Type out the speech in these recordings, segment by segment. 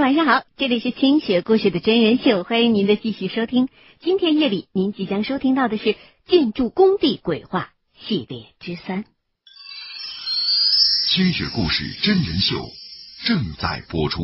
晚上好，这里是清雪故事的真人秀，欢迎您的继续收听。今天夜里您即将收听到的是建筑工地鬼话系列之3。 清雪故事真人秀正在播出。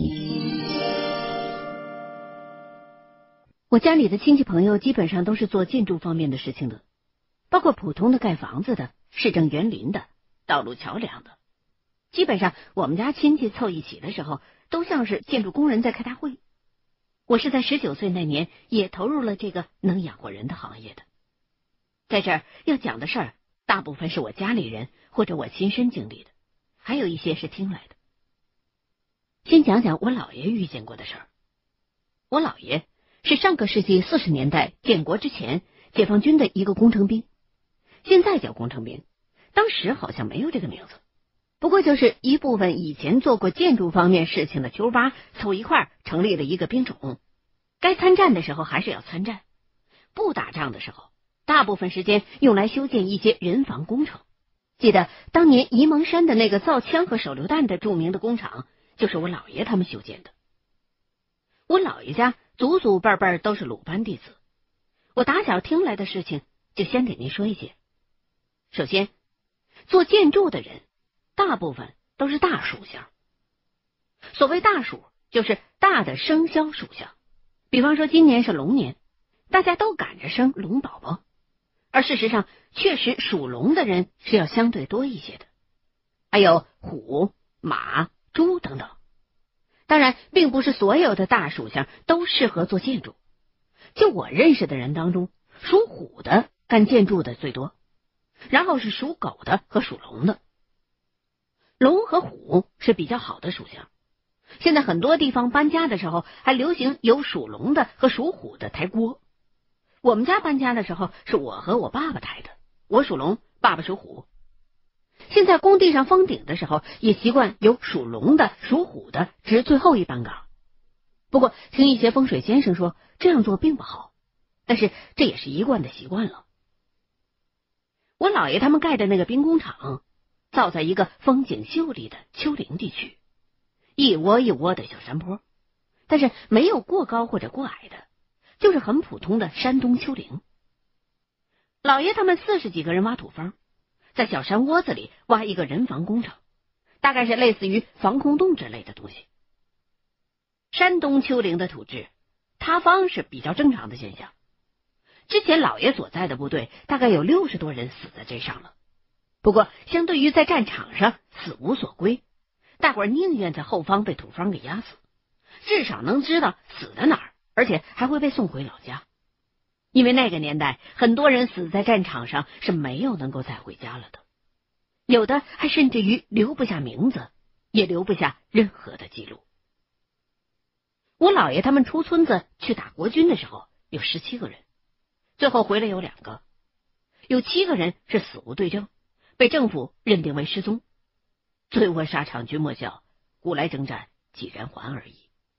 我家里的亲戚朋友基本上都是做建筑方面的事情的，包括普通的盖房子的、市政园林的、道路桥梁的。基本上我们家亲戚凑一起的时候，都像是建筑工人在开大会。我是在19岁那年也投入了这个能养活人的行业的。在这儿要讲的事儿，大部分是我家里人或者我亲身经历的，还有一些是听来的。先讲讲我姥爷遇见过的事儿。我姥爷是上个世纪40年代建国之前解放军的一个工程兵，现在叫工程兵，当时好像没有这个名字。不过就是一部分以前做过建筑方面事情的球巴凑一块成立了一个兵种，该参战的时候还是要参战，不打仗的时候大部分时间用来修建一些人防工程。记得当年沂蒙山的那个造枪和手榴弹的著名的工厂，就是我姥爷他们修建的。我姥爷家祖祖辈辈都是鲁班弟子，我打小听来的事情就先给您说一些。首先，做建筑的人大部分都是大属相。所谓大属，就是大的生肖属相。比方说今年是龙年，大家都赶着生龙宝宝，而事实上确实属龙的人是要相对多一些的，还有虎、马、猪等等。当然并不是所有的大属相都适合做建筑，就我认识的人当中，属虎的干建筑的最多，然后是属狗的和属龙的。龙和虎是比较好的属相，现在很多地方搬家的时候还流行有属龙的和属虎的抬锅。我们家搬家的时候是我和我爸爸抬的，我属龙，爸爸属虎。现在工地上封顶的时候也习惯有属龙的、属虎的值最后一班岗。不过听一些风水先生说这样做并不好，但是这也是一贯的习惯了。我姥爷他们盖的那个兵工厂造在一个风景秀丽的丘陵地区，一窝一窝的小山坡，但是没有过高或者过矮的，就是很普通的山东丘陵。姥爷他们40几个人挖土方，在小山窝子里挖一个人防工程，大概是类似于防空洞之类的东西。山东丘陵的土质塌方是比较正常的现象，之前姥爷所在的部队大概有60多人死在这上了。不过相对于在战场上死无所归，大伙儿宁愿在后方被土方给压死，至少能知道死在哪儿，而且还会被送回老家。因为那个年代很多人死在战场上是没有能够再回家了的，有的还甚至于留不下名字，也留不下任何的记录。我姥爷他们出村子去打国军的时候有17个人，最后回来有2个，有7个人是死无对证，被政府认定为失踪。醉卧沙场君莫笑，古来征战几人还而已。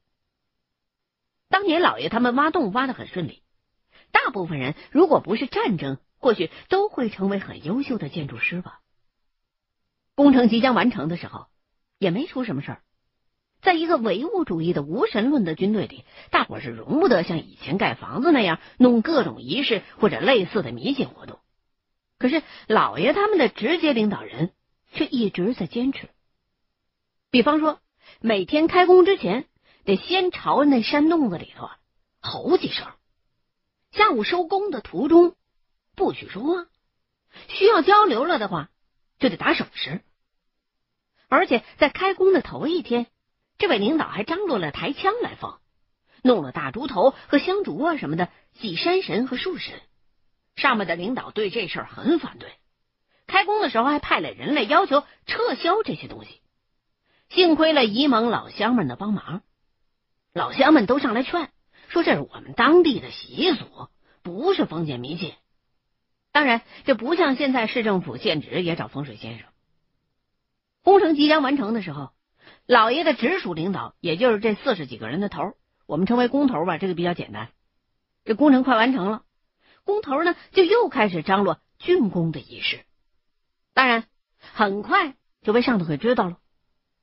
当年姥爷他们挖洞挖得很顺利，大部分人如果不是战争，或许都会成为很优秀的建筑师吧。工程即将完成的时候也没出什么事儿。在一个唯物主义的无神论的军队里，大伙是容不得像以前盖房子那样弄各种仪式或者类似的迷信活动。可是姥爷他们的直接领导人却一直在坚持。比方说每天开工之前得先朝那山洞子里头吼几声，下午收工的途中不许说话，需要交流了的话就得打手势。而且在开工的头一天，这位领导还张罗了抬枪来放，弄了大猪头和香烛什么的祭山神和树神。上面的领导对这事儿很反对，开工的时候还派了人来要求撤销这些东西。幸亏了沂蒙老乡们的帮忙，老乡们都上来劝，说这是我们当地的习俗，不是封建迷信。当然这不像现在市政府限制也找风水先生。工程即将完成的时候，老爷的直属领导，也就是这40几个人的头，我们称为工头吧，这个比较简单。这工程快完成了，工头呢就又开始张罗竣工的仪式。当然很快就被上头给知道了。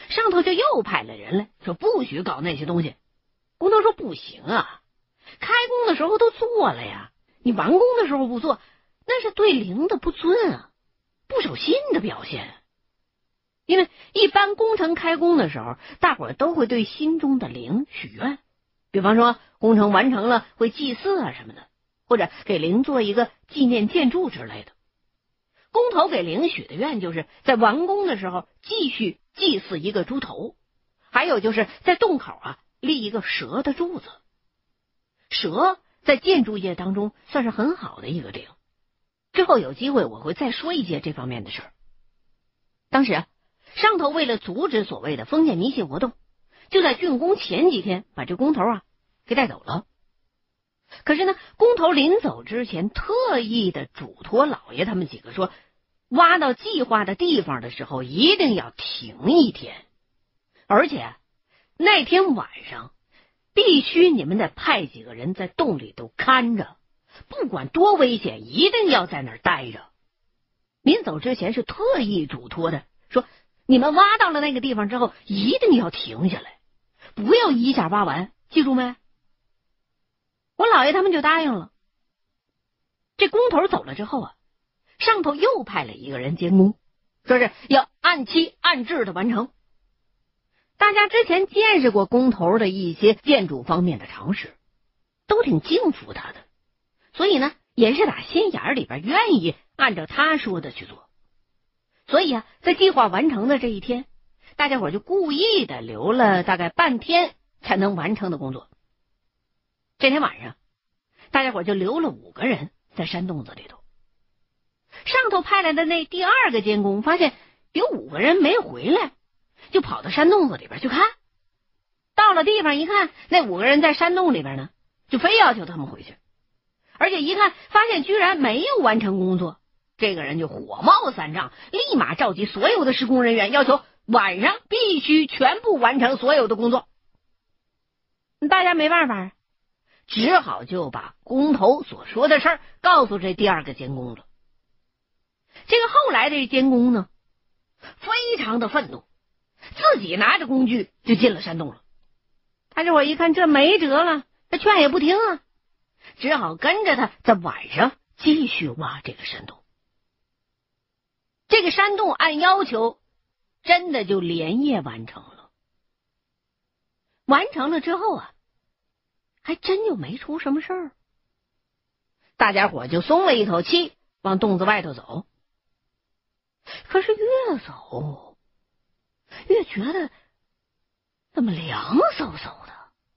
上头就又派了人来，说不许搞那些东西。工头说不行啊，开工的时候都做了呀，你完工的时候不做，那是对灵的不尊啊，不守信的表现。因为一般工程开工的时候，大伙儿都会对心中的灵许愿，比方说工程完成了会祭祀啊什么的，或者给灵做一个纪念建筑之类的。工头给灵许的愿就是在完工的时候继续祭祀一个猪头，还有就是在洞口立一个蛇的柱子。蛇在建筑业当中算是很好的一个灵，之后有机会我会再说一些这方面的事儿。当时上头为了阻止所谓的封建迷信活动，就在竣工前几天把这工头给带走了。可是呢，工头临走之前特意的嘱托老爷他们几个说，挖到计划的地方的时候一定要停一天，而且那天晚上必须你们得派几个人在洞里头看着，不管多危险一定要在那儿待着。临走之前是特意嘱托的，说你们挖到了那个地方之后一定要停下来，不要一下挖完，记住没？我姥爷他们就答应了。这工头走了之后上头又派了一个人监工，说是要按期按质的完成。大家之前见识过工头的一些建筑方面的常识，都挺敬服他的，所以呢也是打心眼里边愿意按照他说的去做。所以在计划完成的这一天，大家伙就故意的留了大概半天才能完成的工作。这天晚上大家伙就留了5个人在山洞子里头。上头派来的那第2个监工发现有5个人没回来，就跑到山洞子里边去看。到了地方一看，那5个人在山洞里边呢，就非要求他们回去。而且一看发现居然没有完成工作，这个人就火冒三丈，立马召集所有的施工人员，要求晚上必须全部完成所有的工作。大家没办法只好就把工头所说的事儿告诉这第2个监工了。这个后来的监工呢，非常的愤怒，自己拿着工具就进了山洞了。他这会儿一看这没辙了，他劝也不听只好跟着他在晚上继续挖这个山洞。这个山洞按要求真的就连夜完成了。完成了之后还真就没出什么事儿。大家伙就松了一口气，往洞子外头走。可是越走越觉得怎么凉飕飕的。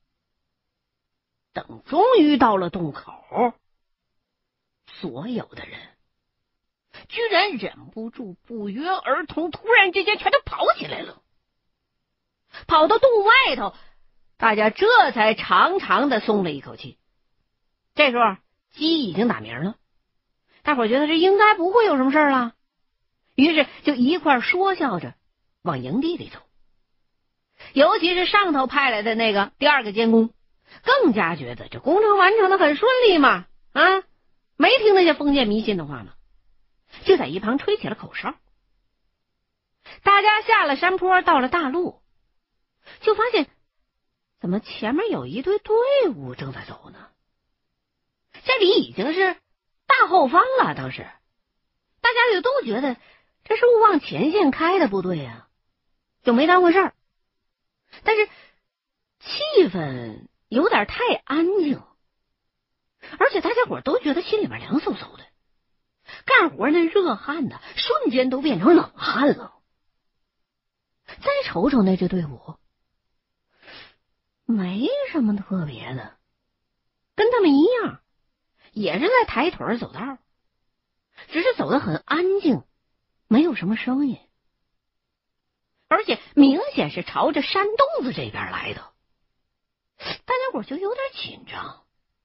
等终于到了洞口，所有的人居然忍不住不约而同，突然之间全都跑起来了。跑到洞外头，大家这才长长的松了一口气。这时候鸡已经打鸣了，大伙觉得这应该不会有什么事了，于是就一块说笑着往营地里走。尤其是上头派来的那个第2个监工，更加觉得这工程完成的很顺利嘛，没听那些封建迷信的话嘛，就在一旁吹起了口哨。大家下了山坡，到了大路，就发现怎么前面有一队队伍正在走呢？这里已经是大后方了，当时大家就都觉得这是往前线开的部队就没当回事儿。但是气氛有点太安静，而且大家伙都觉得心里边凉飕飕的，干活那热汗瞬间都变成冷汗了。再瞅瞅那支队伍，没什么特别的，跟他们一样，也是在抬腿走道，只是走得很安静，没有什么声音，而且明显是朝着山洞子这边来的。大家伙就有点紧张，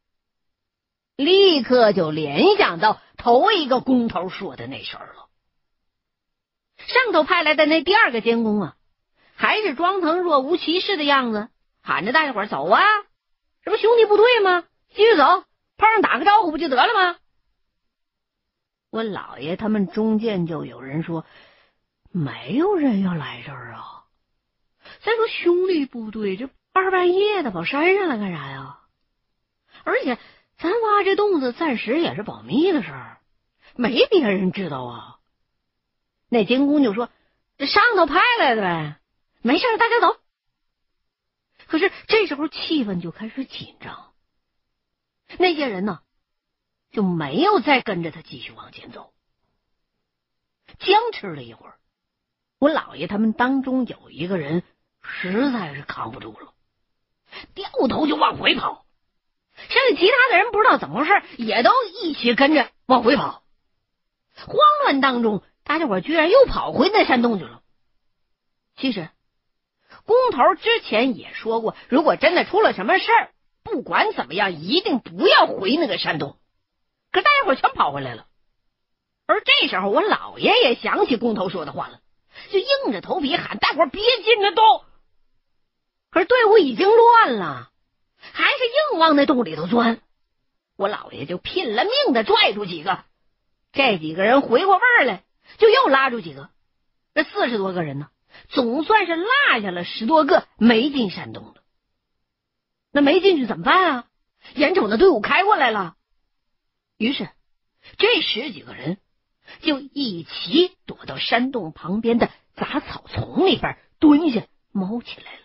立刻就联想到头一个工头说的那事儿了。上头派来的那第2个监工还是装成若无其事的样子，喊着大家伙走这不兄弟部队吗？继续走，碰上打个招呼不就得了吗？我姥爷他们中间就有人说，没有人要来这儿再说兄弟部队这二半夜的跑山上来干啥呀？而且咱挖这洞子暂时也是保密的事儿，没别人知道啊。那监工就说：“这上头派来的呗，没事，大家走。”可是这时候气氛就开始紧张，那些人呢就没有再跟着他继续往前走。僵持了一会儿，我姥爷他们当中有一个人实在是扛不住了，掉头就往回跑。剩下其他的人不知道怎么回事，也都一起跟着往回跑。慌乱当中，大家伙居然又跑回那山洞去了。其实工头之前也说过，如果真的出了什么事儿，不管怎么样一定不要回那个山洞。可大家伙全跑回来了。而这时候我姥爷也想起工头说的话了，就硬着头皮喊大伙别进那洞。可是队伍已经乱了，还是硬往那洞里头钻。我姥爷就拼了命的拽住几个，这几个人回过味儿来，就又拉住几个。这40多个人呢，总算是落下了10多个没进山洞的。那没进去怎么办啊？眼瞅那队伍开过来了。于是这10几个人就一起躲到山洞旁边的杂草丛里边蹲下猫起来了。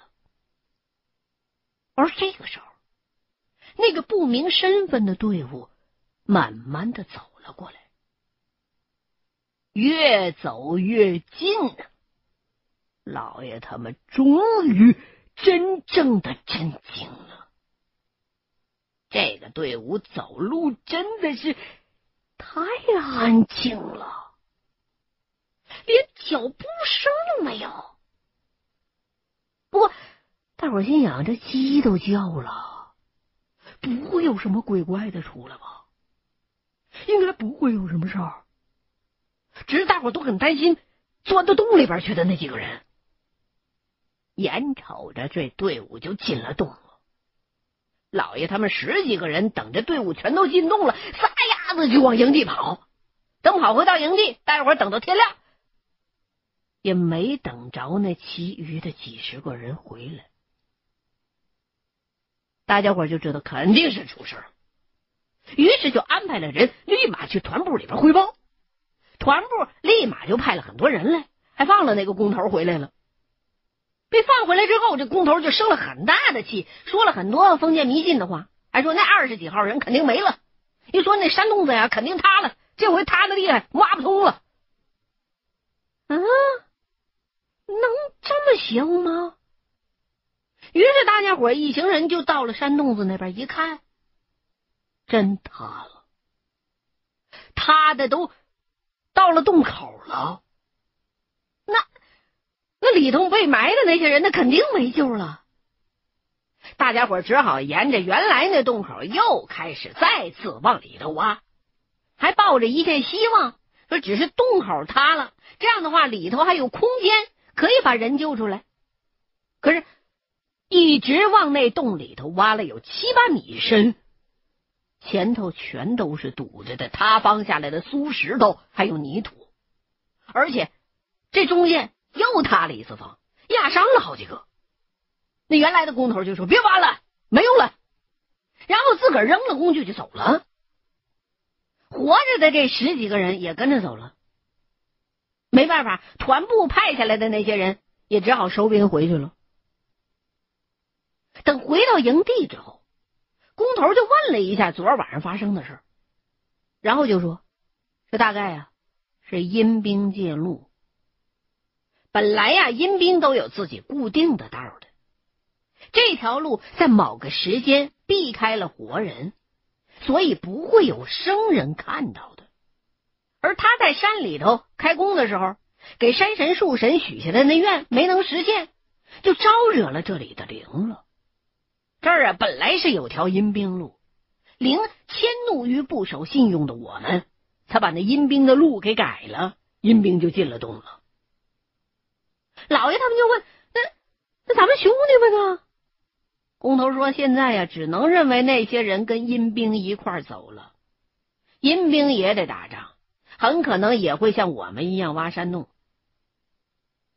而这个时候，那个不明身份的队伍慢慢的走了过来，越走越近啊！老爷他们终于真正的震惊了。这个队伍走路真的是太安静了，连脚步声都没有。不过大伙心想，这鸡都叫了，不会有什么鬼怪的出来吧？应该不会有什么事儿。只是大伙都很担心钻到洞里边去的那几个人。眼瞅着这队伍就进了洞了，老爷他们10几个人等着队伍全都进洞了，撒丫子就往营地跑。等跑回到营地，待会儿等到天亮，也没等着那其余的几10个人回来。大家伙就知道肯定是出事了，于是就安排了人立马去团部里边汇报。团部立马就派了很多人来，还放了那个工头回来了。被放回来之后，这工头就生了很大的气，说了很多封建迷信的话，还说那20几号人肯定没了，一说那山洞子呀肯定塌了，这回塌的厉害，挖不通了。能这么邪乎吗？于是大家伙一行人就到了山洞子那边一看，真塌了，塌的都到了洞口了。那里头被埋的那些人，那肯定没救了。大家伙只好沿着原来那洞口又开始再次往里头挖，还抱着一线希望，说只是洞口塌了，这样的话里头还有空间可以把人救出来。可是一直往那洞里头挖了有7、8米深，前头全都是堵着的塌方下来的粗石头还有泥土，而且这中间又塌了一次方，压伤了好几个。那原来的工头就说别挖了，没用了，然后自个儿扔了工具就走了。活着的这10几个人也跟着走了。没办法，团部派下来的那些人也只好收兵回去了。等回到营地之后，工头就问了一下昨晚上发生的事，然后就说这大概啊是阴兵借路。本来呀，阴兵都有自己固定的道的，这条路在某个时间避开了活人，所以不会有生人看到的。而他在山里头开工的时候，给山神树神许下的那愿没能实现，就招惹了这里的灵了。这儿啊本来是有条阴兵路，灵迁怒于不守信用的我们，才把那阴兵的路给改了，阴兵就进了洞了。老爷他们就问，那咱们兄弟们呢？工头说现在呀，只能认为那些人跟阴兵一块走了。阴兵也得打仗，很可能也会像我们一样挖山洞。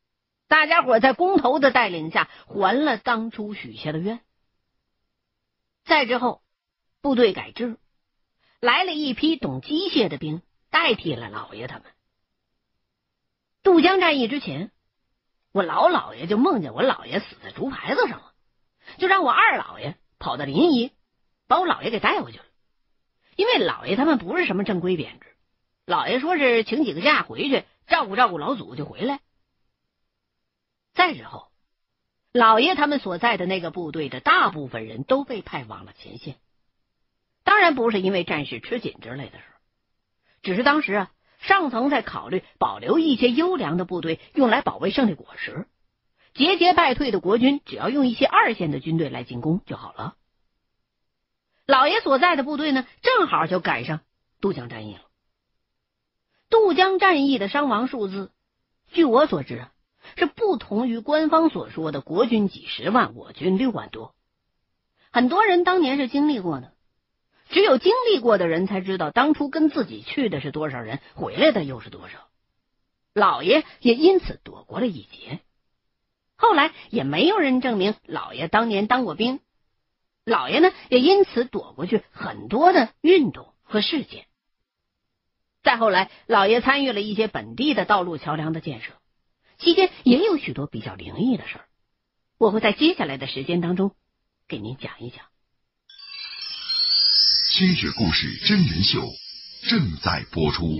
大家伙在工头的带领下还了当初许下的愿。再之后，部队改制，来了一批懂机械的兵，代替了老爷他们。渡江战役之前，我老姥爷就梦见我姥爷死在竹牌子上了，就让我二姥爷跑到临沂，把我姥爷给带回去了。因为姥爷他们不是什么正规编制，姥爷说是请几个假回去照顾照顾老祖就回来。再之后，老爷他们所在的那个部队的大部分人都被派往了前线，当然不是因为战事吃紧之类的事，只是当时上层在考虑保留一些优良的部队用来保卫胜利果实，节节败退的国军只要用一些二线的军队来进攻就好了。老爷所在的部队呢，正好就赶上渡江战役了。渡江战役的伤亡数字，据我所知是不同于官方所说的国军几十万，我军6万多。很多人当年是经历过的，只有经历过的人才知道当初跟自己去的是多少人，回来的又是多少。老爷也因此躲过了一劫。后来也没有人证明老爷当年当过兵，老爷呢也因此躲过去很多的运动和事件。再后来，老爷参与了一些本地的道路桥梁的建设，期间也有许多比较灵异的事儿，我会在接下来的时间当中给您讲一讲。 清雪故事真人秀正在播出。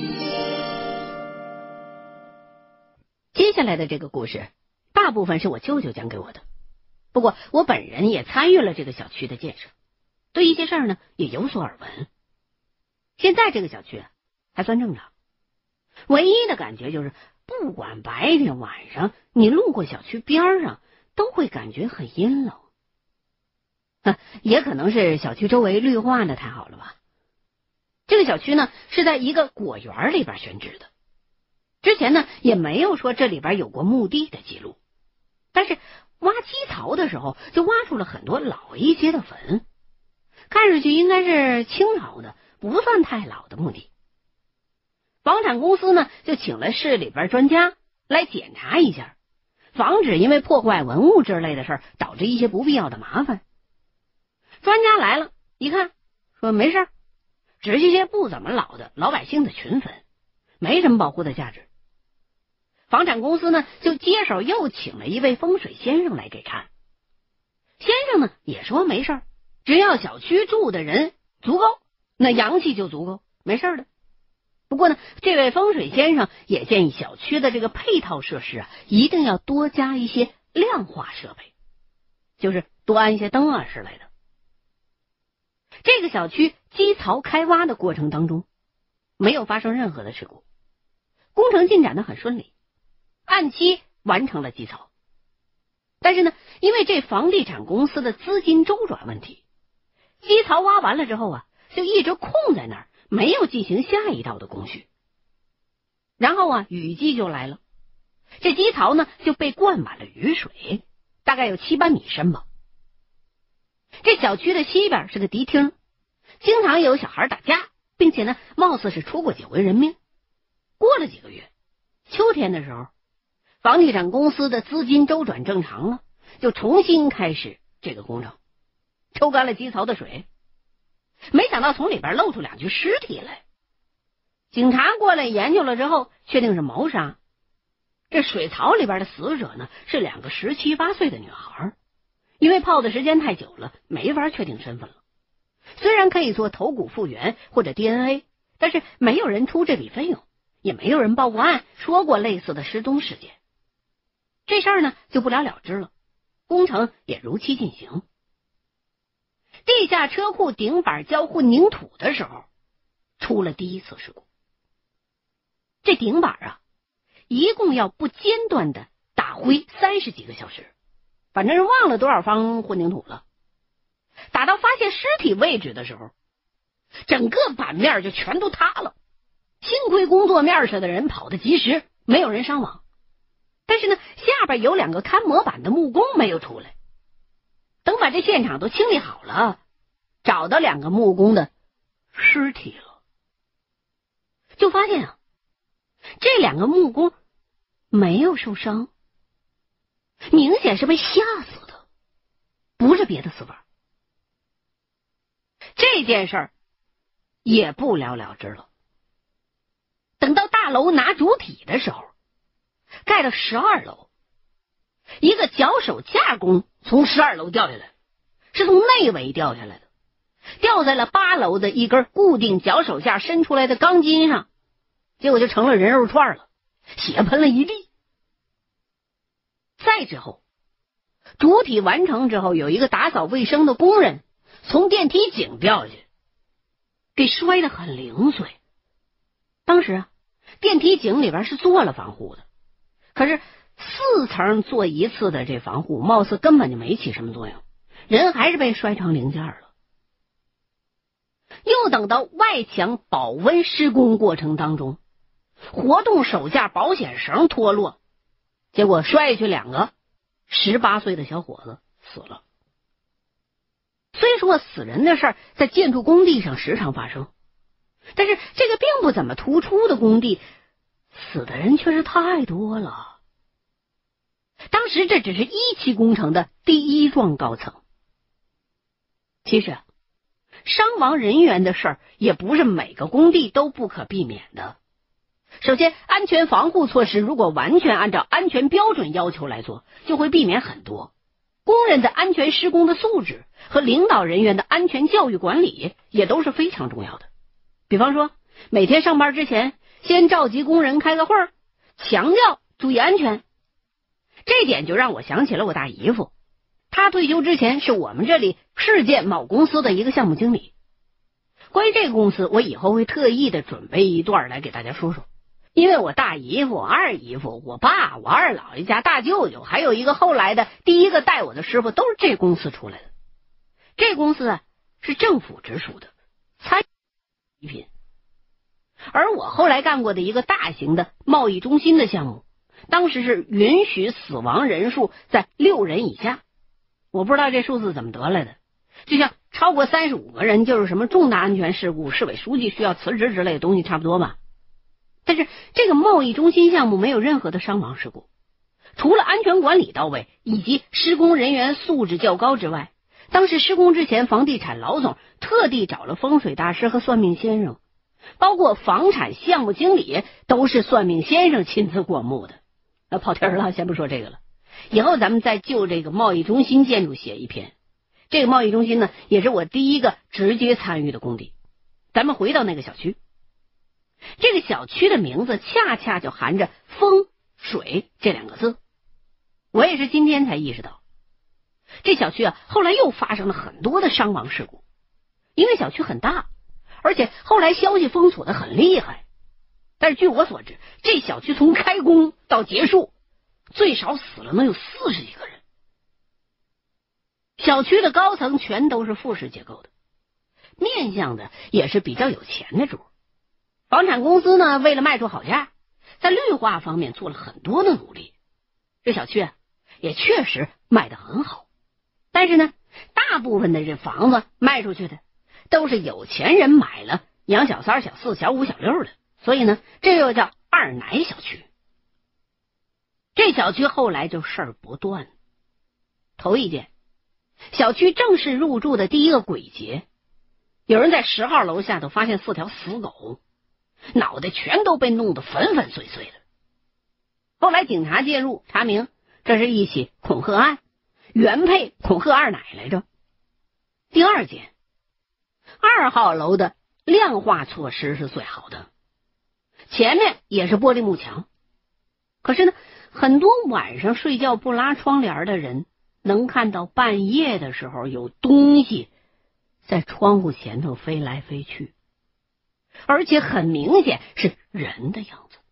接下来的这个故事大部分是我舅舅讲给我的，不过我本人也参与了这个小区的建设，对一些事儿呢也有所耳闻。现在这个小区还算正常，唯一的感觉就是不管白天晚上你路过小区边上都会感觉很阴冷。也可能是小区周围绿化的太好了吧。这个小区呢是在一个果园里边选址的，之前呢也没有说这里边有过墓地的记录，但是挖基槽的时候就挖出了很多老一些的坟，看上去应该是清朝的，不算太老的墓地。房产公司呢就请了市里边专家来检查一下，防止因为破坏文物之类的事儿导致一些不必要的麻烦。专家来了，一看说没事，只是一些不怎么老的老百姓的群坟，没什么保护的价值。房产公司呢就接手又请了一位风水先生来给看，先生呢也说没事，只要小区住的人足够，那阳气就足够，没事的。不过呢，这位风水先生也建议小区的这个配套设施一定要多加一些亮化设备，就是多安一些灯之类的。这个小区基槽开挖的过程当中没有发生任何的事故，工程进展得很顺利，按期完成了基槽。但是呢，因为这房地产公司的资金周转问题，基槽挖完了之后就一直空在那儿，没有进行下一道的工序。然后雨季就来了，这基槽呢就被灌满了雨水，大概有7、8米深吧。这小区的西边是个迪厅，经常有小孩打架，并且呢貌似是出过几回人命。过了几个月，秋天的时候，房地产公司的资金周转正常了，就重新开始这个工程，抽干了基槽的水。没想到从里边露出2具尸体来，警察过来研究了之后确定是谋杀。这水槽里边的死者呢是2个17、18岁的女孩，因为泡的时间太久了，没法确定身份了。虽然可以做头骨复原或者 DNA， 但是没有人出这笔费用，也没有人报过案说过类似的失踪事件。这事儿呢就不了了之了，工程也如期进行。地下车库顶板交互凝土的时候，出了第一次事故。这顶板一共要不间断的打灰30几个小时，反正是忘了多少方混凝土了。打到发现尸体位置的时候，整个板面就全都塌了。幸亏工作面上的人跑得及时，没有人伤亡。但是呢，下边有2个看模板的木工没有出来。等把这现场都清理好了，找到2个木工的尸体了，就发现这2个木工没有受伤， 明显是被吓死的，不是别的死法。这件事儿也不了了之了。等到大楼拿主体的时候，盖到12楼，一个脚手架工从12楼掉下来，是从内围掉下来的，掉在了8楼的一根固定脚手架伸出来的钢筋上，结果就成了人肉串了，血喷了一地。再之后，主体完成之后，有一个打扫卫生的工人从电梯井掉下去，给摔得很零碎。当时电梯井里边是做了防护的，可是4层做一次的这防护貌似根本就没起什么作用，人还是被摔成零件了。又等到外墙保温施工过程当中，活动手架保险绳脱落，结果摔下去2个18岁的小伙子死了。虽说死人的事儿在建筑工地上时常发生，但是这个并不怎么突出的工地，死的人确实太多了。当时这只是1期工程的第1幢高层。其实伤亡人员的事儿也不是每个工地都不可避免的。首先，安全防护措施如果完全按照安全标准要求来做，就会避免很多。工人的安全施工的素质和领导人员的安全教育管理也都是非常重要的。比方说，每天上班之前先召集工人开个会儿，强调注意安全。这点就让我想起了我大姨夫，他退休之前是我们这里市建某公司的一个项目经理。关于这个公司，我以后会特意的准备一段来给大家说说。因为我大姨夫、二姨夫、我爸、我二姥爷家大舅舅，还有一个后来的第一个带我的师傅，都是这公司出来的。这公司是政府直属的餐饮品，而我后来干过的一个大型的贸易中心的项目，当时是允许死亡人数在6人以下。我不知道这数字怎么得来的，就像超过35个人就是什么重大安全事故，市委书记需要辞职之类的东西差不多吧。但是这个贸易中心项目没有任何的伤亡事故，除了安全管理到位以及施工人员素质较高之外，当时施工之前，房地产老总特地找了风水大师和算命先生，包括房产项目经理都是算命先生亲自过目的。跑题了，先不说这个了，以后咱们再就这个贸易中心建筑写一篇。这个贸易中心呢，也是我第一个直接参与的工地。咱们回到那个小区，这个小区的名字恰恰就含着风水这2个字。我也是今天才意识到，这小区后来又发生了很多的伤亡事故。因为小区很大，而且后来消息封锁的很厉害，但是据我所知，这小区从开工到结束最少死了能有40几个人。小区的高层全都是复式结构的，面向的也是比较有钱的主。房产公司呢，为了卖出好价，在绿化方面做了很多的努力。这小区也确实卖得很好，但是呢，大部分的这房子卖出去的都是有钱人买了，养小三、小四、小五、小六的，所以呢，这又叫二奶小区。这小区后来就事儿不断。头一件，小区正式入住的第一个鬼节，有人在10号楼下头发现4条死狗，脑袋全都被弄得粉粉碎碎的。后来警察介入查明，这是一起恐吓案，原配恐吓二奶来着。第二件，2号楼的亮化措施是最好的，前面也是玻璃幕墙，可是呢，很多晚上睡觉不拉窗帘的人能看到半夜的时候有东西在窗户前头飞来飞去，而且很明显是人的样子。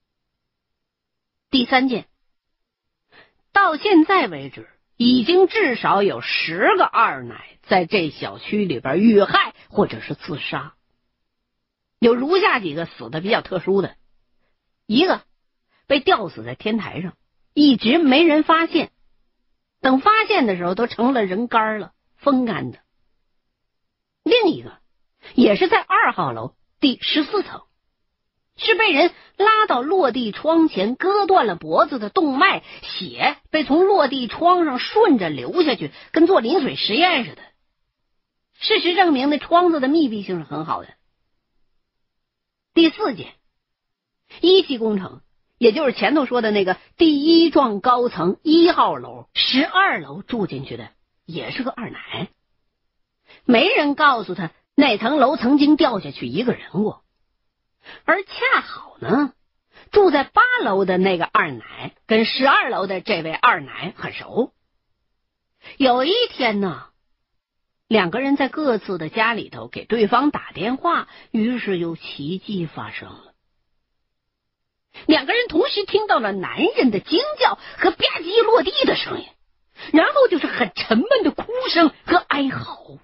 第三件，到现在为止，已经至少有10个二奶在这小区里边遇害或者是自杀。有如下几个死的比较特殊的，一个被吊死在天台上，一直没人发现，等发现的时候都成了人干了，风干的。另一个也是在2号楼第14层， 是被人拉到落地窗前，割断了脖子的动脉，血被从落地窗上顺着流下去，跟做淋水实验似的。事实证明，那窗子的密闭性是很好的。第4件，1期工程，也就是前头说的那个第1幢高层1号楼12楼住进去的也是个二奶，没人告诉他那层楼曾经掉下去一个人过，而恰好呢，住在8楼的那个二奶跟12楼的这位二奶很熟。有一天呢，2个人在各自的家里头给对方打电话，于是有奇迹发生了。2个人同时听到了男人的惊叫和吧唧落地的声音，然后就是很沉闷的哭声和哀嚎。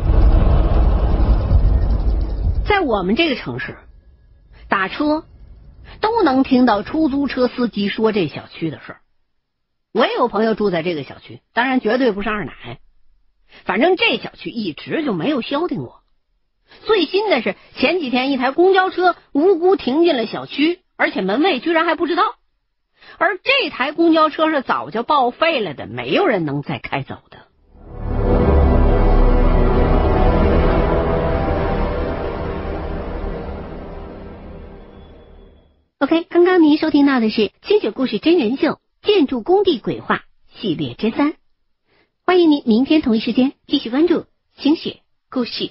在我们这个城市打车都能听到出租车司机说这小区的事儿。我也有朋友住在这个小区，当然绝对不是二奶，反正这小区一直就没有消停过。最新的是前几天一台公交车无辜停进了小区，而且门卫居然还不知道，而这台公交车是早就报废了的，没有人能再开走的。OK， 刚刚您收听到的是清雪故事真人秀建筑工地鬼话系列之3，欢迎您明天同一时间继续关注清雪故事。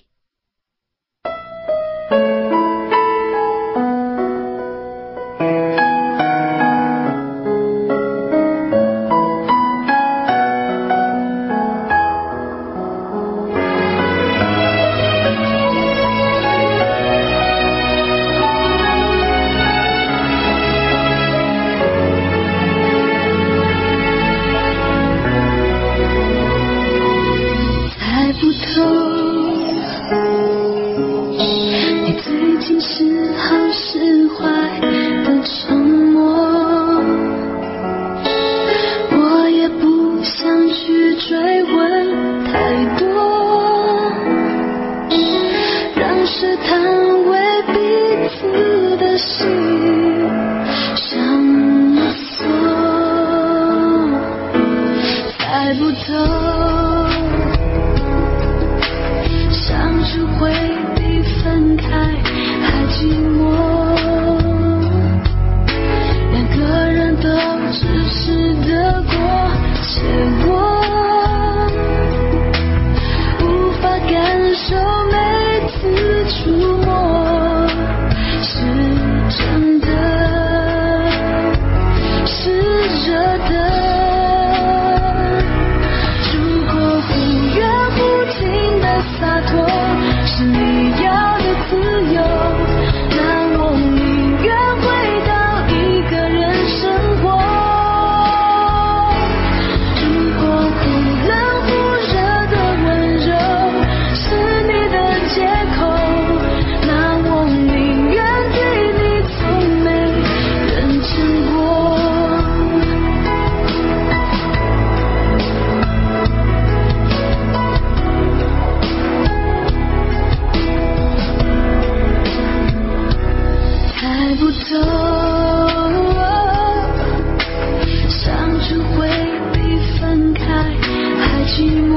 寂寞。